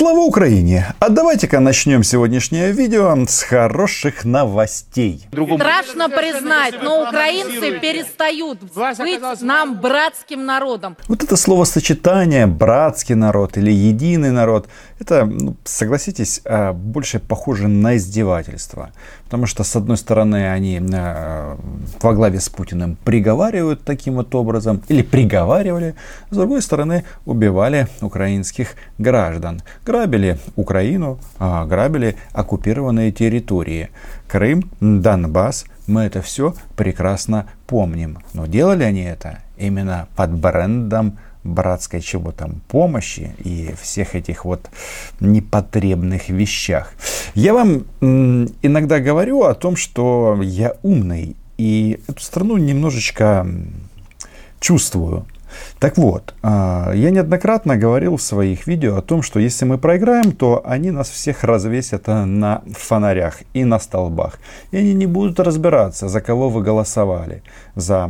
Слава Украине! А давайте-ка начнем сегодняшнее видео с хороших новостей. Страшно признать, но украинцы перестают быть нам братским народом. Вот это словосочетание «братский народ» или «единый народ», это, согласитесь, больше похоже на издевательство. Потому что, с одной стороны, они во главе с Путиным приговаривают таким вот образом, или приговаривали, с другой стороны, убивали украинских граждан. Грабили Украину, грабили оккупированные территории. Крым, Донбасс, мы это все прекрасно помним. Но делали они это именно под брендом братской чего там помощи и всех этих вот непотребных вещах. Я вам иногда говорю о том, что я умный и эту страну немножечко чувствую. Так вот, я неоднократно говорил в своих видео о том, что если мы проиграем, то они нас всех развесят на фонарях и на столбах. И они не будут разбираться, за кого вы голосовали. За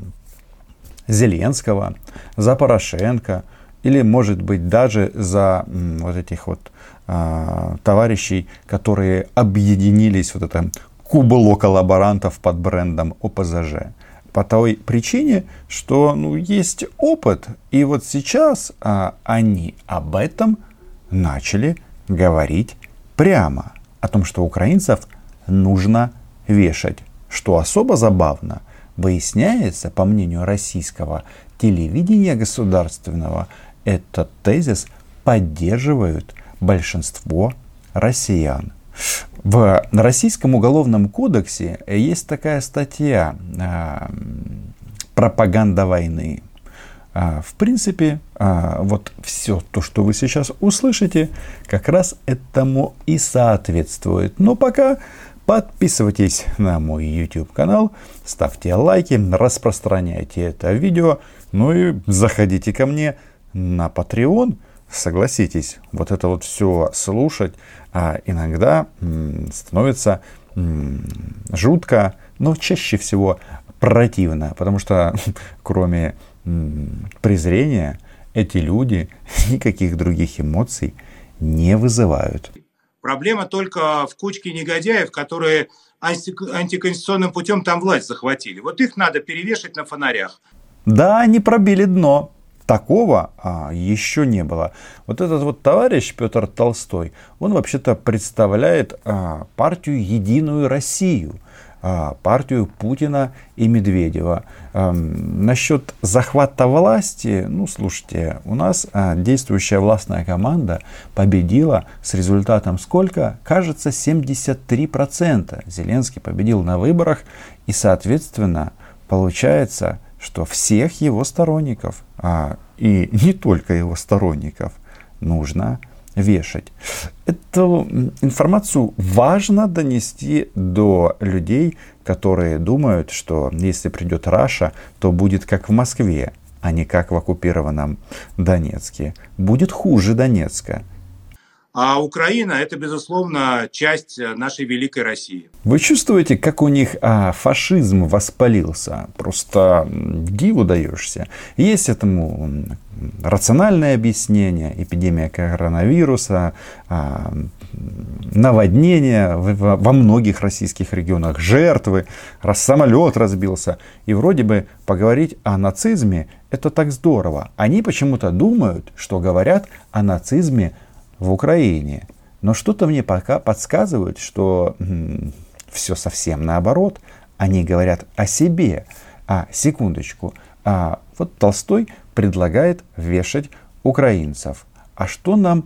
Зеленского, за Порошенко или, может быть, даже за вот этих вот товарищей, которые объединились, вот это кубло коллаборантов под брендом ОПЗЖ. По той причине, что есть опыт, и вот сейчас они об этом начали говорить прямо. О том, что украинцев нужно вешать. Что особо забавно, выясняется, по мнению российского телевидения государственного, этот тезис поддерживают большинство россиян. В Российском уголовном кодексе есть такая статья «Пропаганда войны». В принципе, вот все то, что вы сейчас услышите, как раз этому и соответствует. Но пока подписывайтесь на мой YouTube канал, ставьте лайки, распространяйте это видео, и заходите ко мне на Patreon. Согласитесь, вот это вот все слушать иногда становится жутко, но чаще всего противно, потому что кроме презрения эти люди никаких других эмоций не вызывают. Проблема только в кучке негодяев, которые антиконституционным путем там власть захватили. Вот их надо перевешать на фонарях. Да, они пробили дно. Такого еще не было. Вот этот вот товарищ Петр Толстой, он вообще-то представляет партию «Единую Россию», партию Путина и Медведева. Насчет захвата власти, слушайте, у нас действующая властная команда победила с результатом сколько? Кажется, 73%. Зеленский победил на выборах, и, соответственно, получается, что всех его сторонников, и не только его сторонников, нужно вешать. Эту информацию важно донести до людей, которые думают, что если придет Раша, то будет как в Москве, а не как в оккупированном Донецке. Будет хуже Донецка. А Украина — это, безусловно, часть нашей великой России. Вы чувствуете, как у них фашизм воспалился? Просто диву даешься. Есть этому рациональное объяснение. Эпидемия коронавируса, наводнения во многих российских регионах, жертвы, раз самолет разбился. И вроде бы поговорить о нацизме — это так здорово. Они почему-то думают, что говорят о нацизме в Украине. Но что-то мне пока подсказывает, что все совсем наоборот. Они говорят о себе. Секундочку. Вот Толстой предлагает вешать украинцев. А что нам,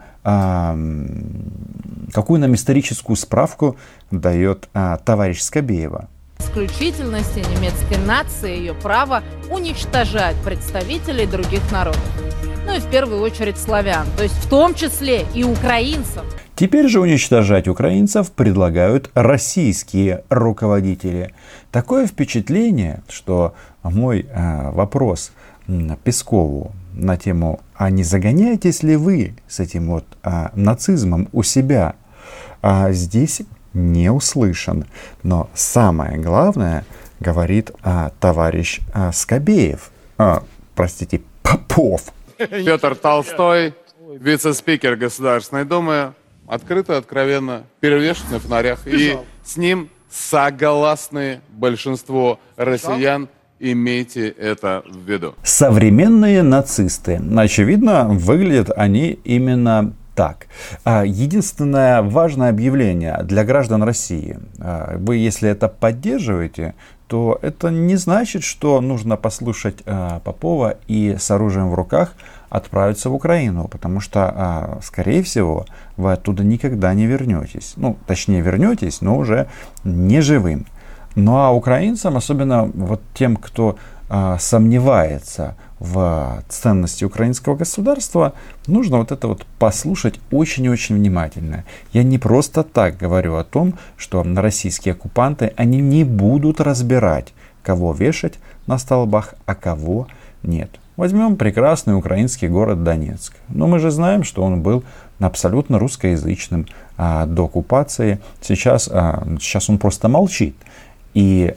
какую нам историческую справку дает товарищ Скобеева? Исключительности немецкой нации, ее право уничтожать представителей других народов. И в первую очередь славян, то есть в том числе и украинцев. Теперь же уничтожать украинцев предлагают российские руководители. Такое впечатление, что мой вопрос Пескову на тему «А не загоняетесь ли вы с этим вот нацизмом у себя?» здесь не услышан. Но самое главное говорит товарищ Скобеев. Попов. Петр Толстой вице-спикер Государственной Думы, открыто, откровенно перевешен на фонарях. И с ним согласны большинство россиян. Имейте это в виду. Современные нацисты. Очевидно, выглядят они именно так. Единственное важное объявление для граждан России. Вы, если это поддерживаете, то это не значит, что нужно послушать Попова и с оружием в руках отправиться в Украину, потому что, скорее всего, вы оттуда никогда не вернетесь. Ну, точнее, вернетесь, но уже не живым. Ну а украинцам, особенно вот тем, кто сомневается в ценности украинского государства, нужно вот это вот послушать очень-очень внимательно. Я не просто так говорю о том, что российские оккупанты, они не будут разбирать, кого вешать на столбах, а кого нет. Возьмем прекрасный украинский город Донецк. Но мы же знаем, что он был абсолютно русскоязычным до оккупации. Сейчас он просто молчит. И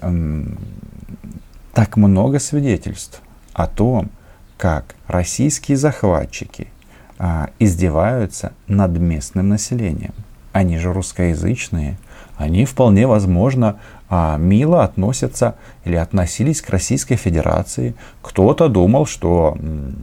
так много свидетельств о том, как российские захватчики издеваются над местным населением. Они же русскоязычные. Они вполне возможно мило относятся или относились к Российской Федерации. Кто-то думал, что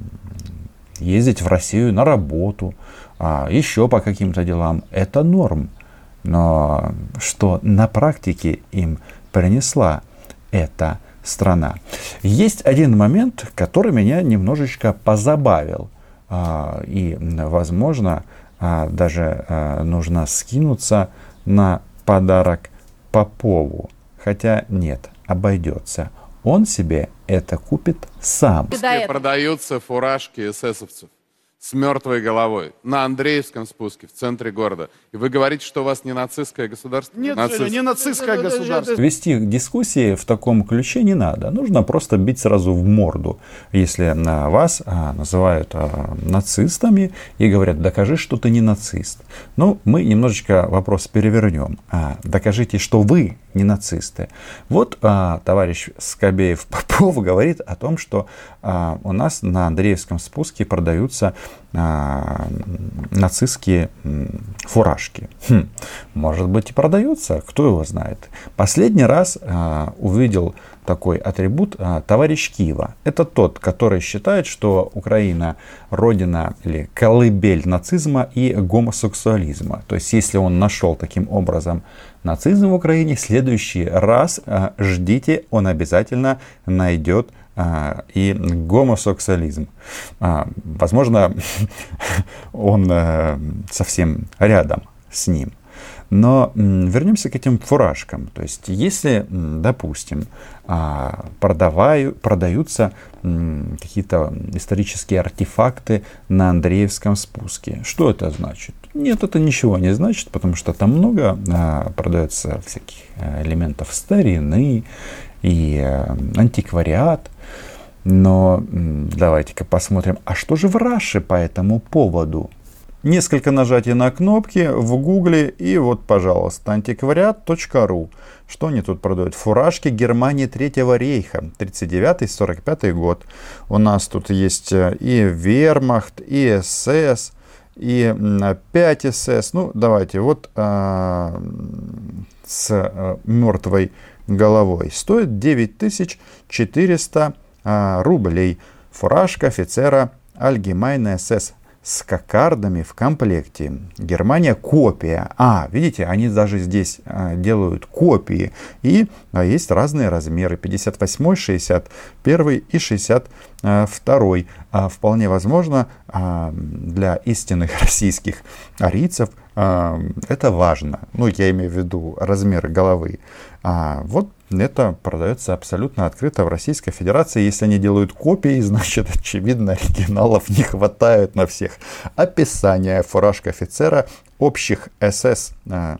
ездить в Россию на работу, еще по каким-то делам, это норм. Но что на практике им принесла эта страна. Есть один момент, который меня немножечко позабавил. И, возможно, даже нужно скинуться на подарок Попову. Хотя нет, обойдется. Он себе это купит сам. Продаются фуражки эсэсовцев с мертвой головой на Андреевском спуске в центре города. И вы говорите, что у вас не нацистское государство? Нет, Женя, не нацистское государство. Вести дискуссии в таком ключе не надо. Нужно просто бить сразу в морду. Если вас называют нацистами и говорят, докажи, что ты не нацист. Ну, мы немножечко вопрос перевернем. Докажите, что вы не нацисты. Вот товарищ Скобеев-Попов говорит о том, что у нас на Андреевском спуске продаются нацистские фуражки. Может быть и продаются, кто его знает. Последний раз увидел такой атрибут товарищ Кива. Это тот, который считает, что Украина родина или колыбель нацизма и гомосексуализма. То есть, если он нашел таким образом нацизм в Украине, в следующий раз ждите, он обязательно найдет и гомосексуализм. Возможно, он совсем рядом с ним. Но вернемся к этим фуражкам. То есть, если, допустим, продаются какие-то исторические артефакты на Андреевском спуске, что это значит? Нет, это ничего не значит, потому что там много продается всяких элементов старины и антиквариат. Но давайте-ка посмотрим, а что же в Раше по этому поводу? Несколько нажатий на кнопки в гугле и вот, пожалуйста, антиквариат.ру. Что они тут продают? Фуражки Германии Третьего рейха, 39-45 год. У нас тут есть и Вермахт, и СС, и 5 СС. Ну, давайте, вот с мертвой головой. Стоит 9400 рублей. Фуражка офицера Allgemeine СС с кокардами в комплекте. Германия копия. Видите, они даже здесь делают копии. И есть разные размеры. 58, 61 и 62. Вполне возможно, для истинных российских арийцев это важно. Ну, я имею в виду размеры головы. Вот это продается абсолютно открыто в Российской Федерации. Если они делают копии, значит, очевидно, оригиналов не хватает на всех. Описание: фуражка офицера общих СС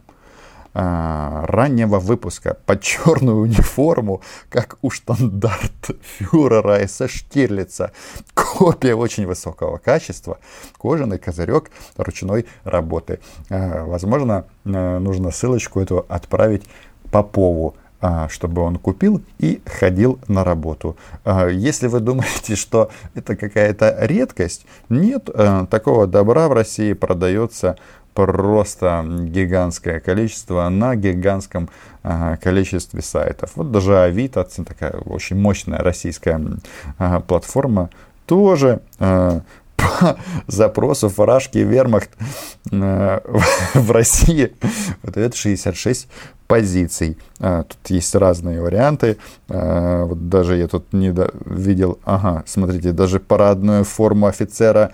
раннего выпуска под черную униформу, как у штандартфюрера СС Штирлица. Копия очень высокого качества, кожаный козырек ручной работы. Возможно, нужно ссылочку эту отправить Попову. чтобы он купил и ходил на работу. Если вы думаете, что это какая-то редкость, нет, такого добра в России продается просто гигантское количество на гигантском количестве сайтов. Вот даже Авито, такая очень мощная российская платформа, тоже по запросу фуражки Вермахт в России выдает 66 позиций. Тут есть разные варианты. Вот даже я тут видел, смотрите, даже парадную форму офицера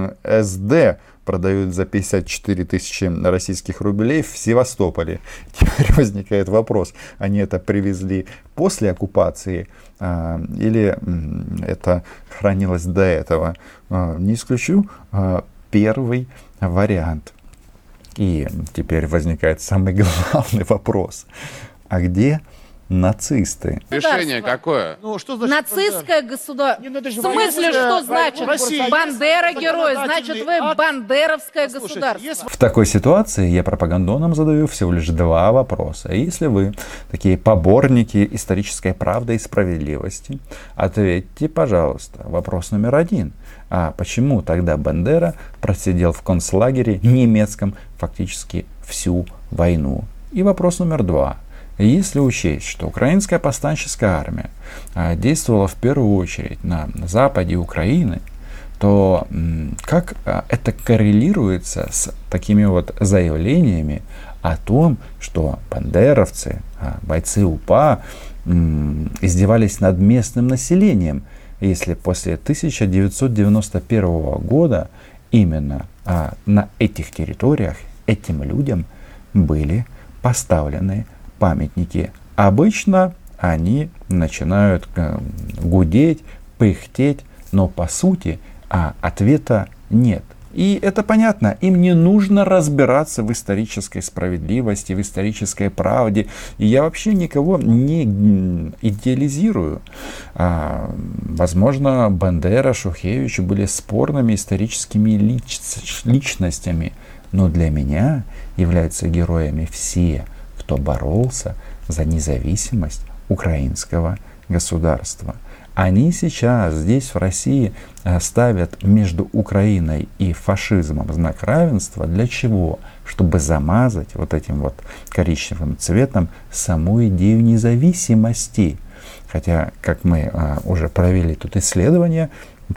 СД продают за 54 тысячи российских рублей в Севастополе. Теперь возникает вопрос, они это привезли после оккупации или это хранилось до этого? Не исключу первый вариант. И теперь возникает самый главный вопрос. А где нацисты? Решение какое? Ну, что значит Нацистское государство. Не, ну это же В смысле, что значит? Россия Бандера есть герой, значит, вы законодательный бандеровское Послушайте, государство. есть В такой ситуации я пропагандонам задаю всего лишь два вопроса. Если вы такие поборники исторической правды и справедливости, ответьте, пожалуйста, вопрос номер один. А почему тогда Бандера просидел в концлагере немецком фактически всю войну? И вопрос номер два. Если учесть, что украинская повстанческая армия действовала в первую очередь на западе Украины, то как это коррелируется с такими вот заявлениями о том, что бандеровцы, бойцы УПА издевались над местным населением, если после 1991 года именно на этих территориях этим людям были поставлены памятники. Обычно они начинают гудеть, пыхтеть, но по сути ответа нет. И это понятно, им не нужно разбираться в исторической справедливости, в исторической правде. И я вообще никого не идеализирую. Возможно, Бандера, Шухевич были спорными историческими личностями, но для меня являются героями все, кто боролся за независимость украинского государства. Они сейчас здесь, в России, ставят между Украиной и фашизмом знак равенства. Для чего? Чтобы замазать вот этим вот коричневым цветом саму идею независимости. Хотя, как мы уже провели тут исследование,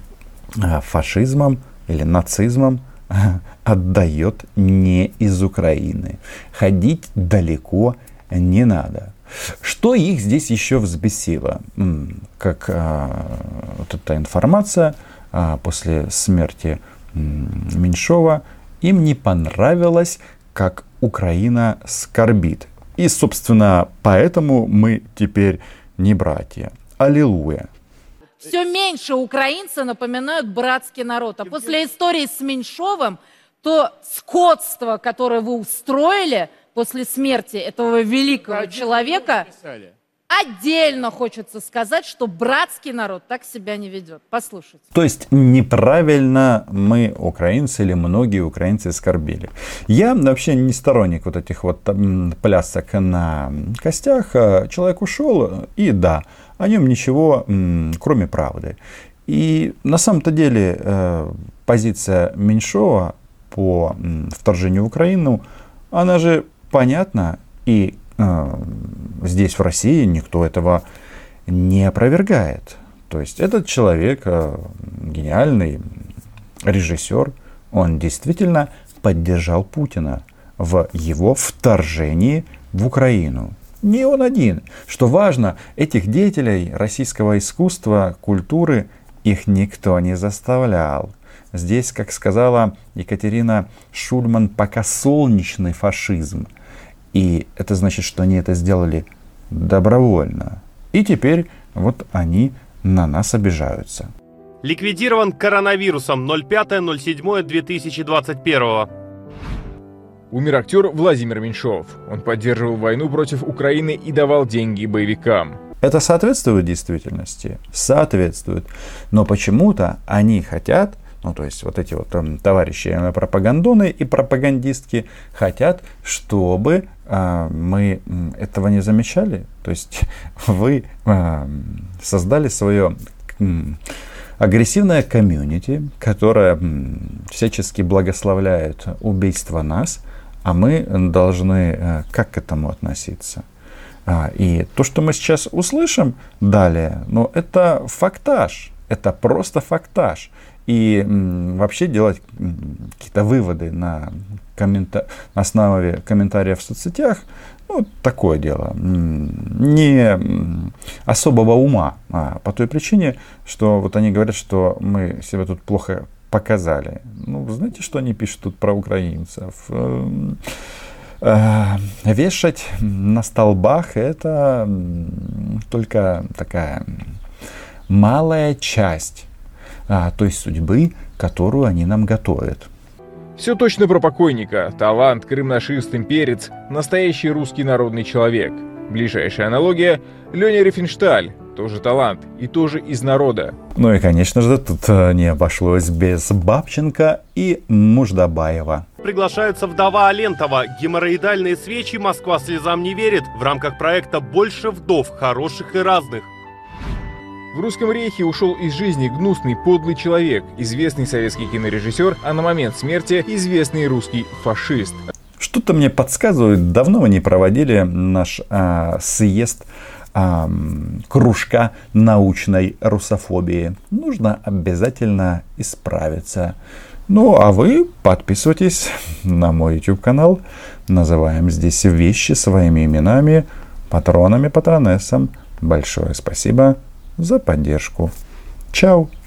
фашизмом или нацизмом отдает не из Украины. Ходить далеко не надо. Что их здесь еще взбесило? Как вот эта информация после смерти Меньшова, им не понравилось, как Украина скорбит. И, собственно, поэтому мы теперь не братья. Аллилуйя. Все меньше украинцы напоминают братский народ. А после истории с Меньшовым, то скотство, которое вы устроили после смерти этого великого человека, отдельно хочется сказать, что братский народ так себя не ведет. Послушайте. То есть неправильно мы, украинцы, или многие украинцы скорбили. Я вообще не сторонник вот этих вот плясок на костях. Человек ушел, и да, о нем ничего, кроме правды. И на самом-то деле позиция Меньшова по вторжению в Украину, она же понятна, и здесь, в России, никто этого не опровергает. То есть этот человек, гениальный режиссер, он действительно поддержал Путина в его вторжении в Украину. Не он один. Что важно, этих деятелей российского искусства, культуры, их никто не заставлял. Здесь, как сказала Екатерина Шульман, пока солнечный фашизм. И это значит, что они это сделали добровольно. И теперь вот они на нас обижаются. Ликвидирован коронавирусом 05.07.2021. Умер актер Владимир Меньшов. Он поддерживал войну против Украины и давал деньги боевикам. Это соответствует действительности? Соответствует. Но почему-то они хотят Ну, то есть вот эти вот товарищи пропагандоны и пропагандистки хотят, чтобы мы этого не замечали. То есть вы создали свое агрессивное комьюнити, которое всячески благословляет убийство нас, а мы должны как к этому относиться? И то, что мы сейчас услышим далее, ну, это фактаж, это просто фактаж. И вообще делать какие-то выводы на основе комментариев в соцсетях, ну, такое дело, не особого ума, по той причине, что вот они говорят, что мы себя тут плохо показали. Ну, знаете, что они пишут тут про украинцев? Вешать на столбах — это только такая малая часть той судьбы, которую они нам готовят. Все точно про покойника. Талант, крымнашист, имперец, настоящий русский народный человек. Ближайшая аналогия — Леня Рифеншталь. Тоже талант и тоже из народа. Ну и, конечно же, тут не обошлось без Бабченко и Муждабаева. Приглашаются вдова Алентова. Геморроидальные свечи «Москва слезам не верит» в рамках проекта «Больше вдов, хороших и разных». В Русском рейхе ушел из жизни гнусный, подлый человек, известный советский кинорежиссер, а на момент смерти известный русский фашист. Что-то мне подсказывает, давно мы не проводили наш съезд кружка научной русофобии. Нужно обязательно исправиться. Ну, а вы подписывайтесь на мой YouTube-канал. Называем здесь вещи своими именами, патронами, патронессам. Большое спасибо за поддержку. Чао!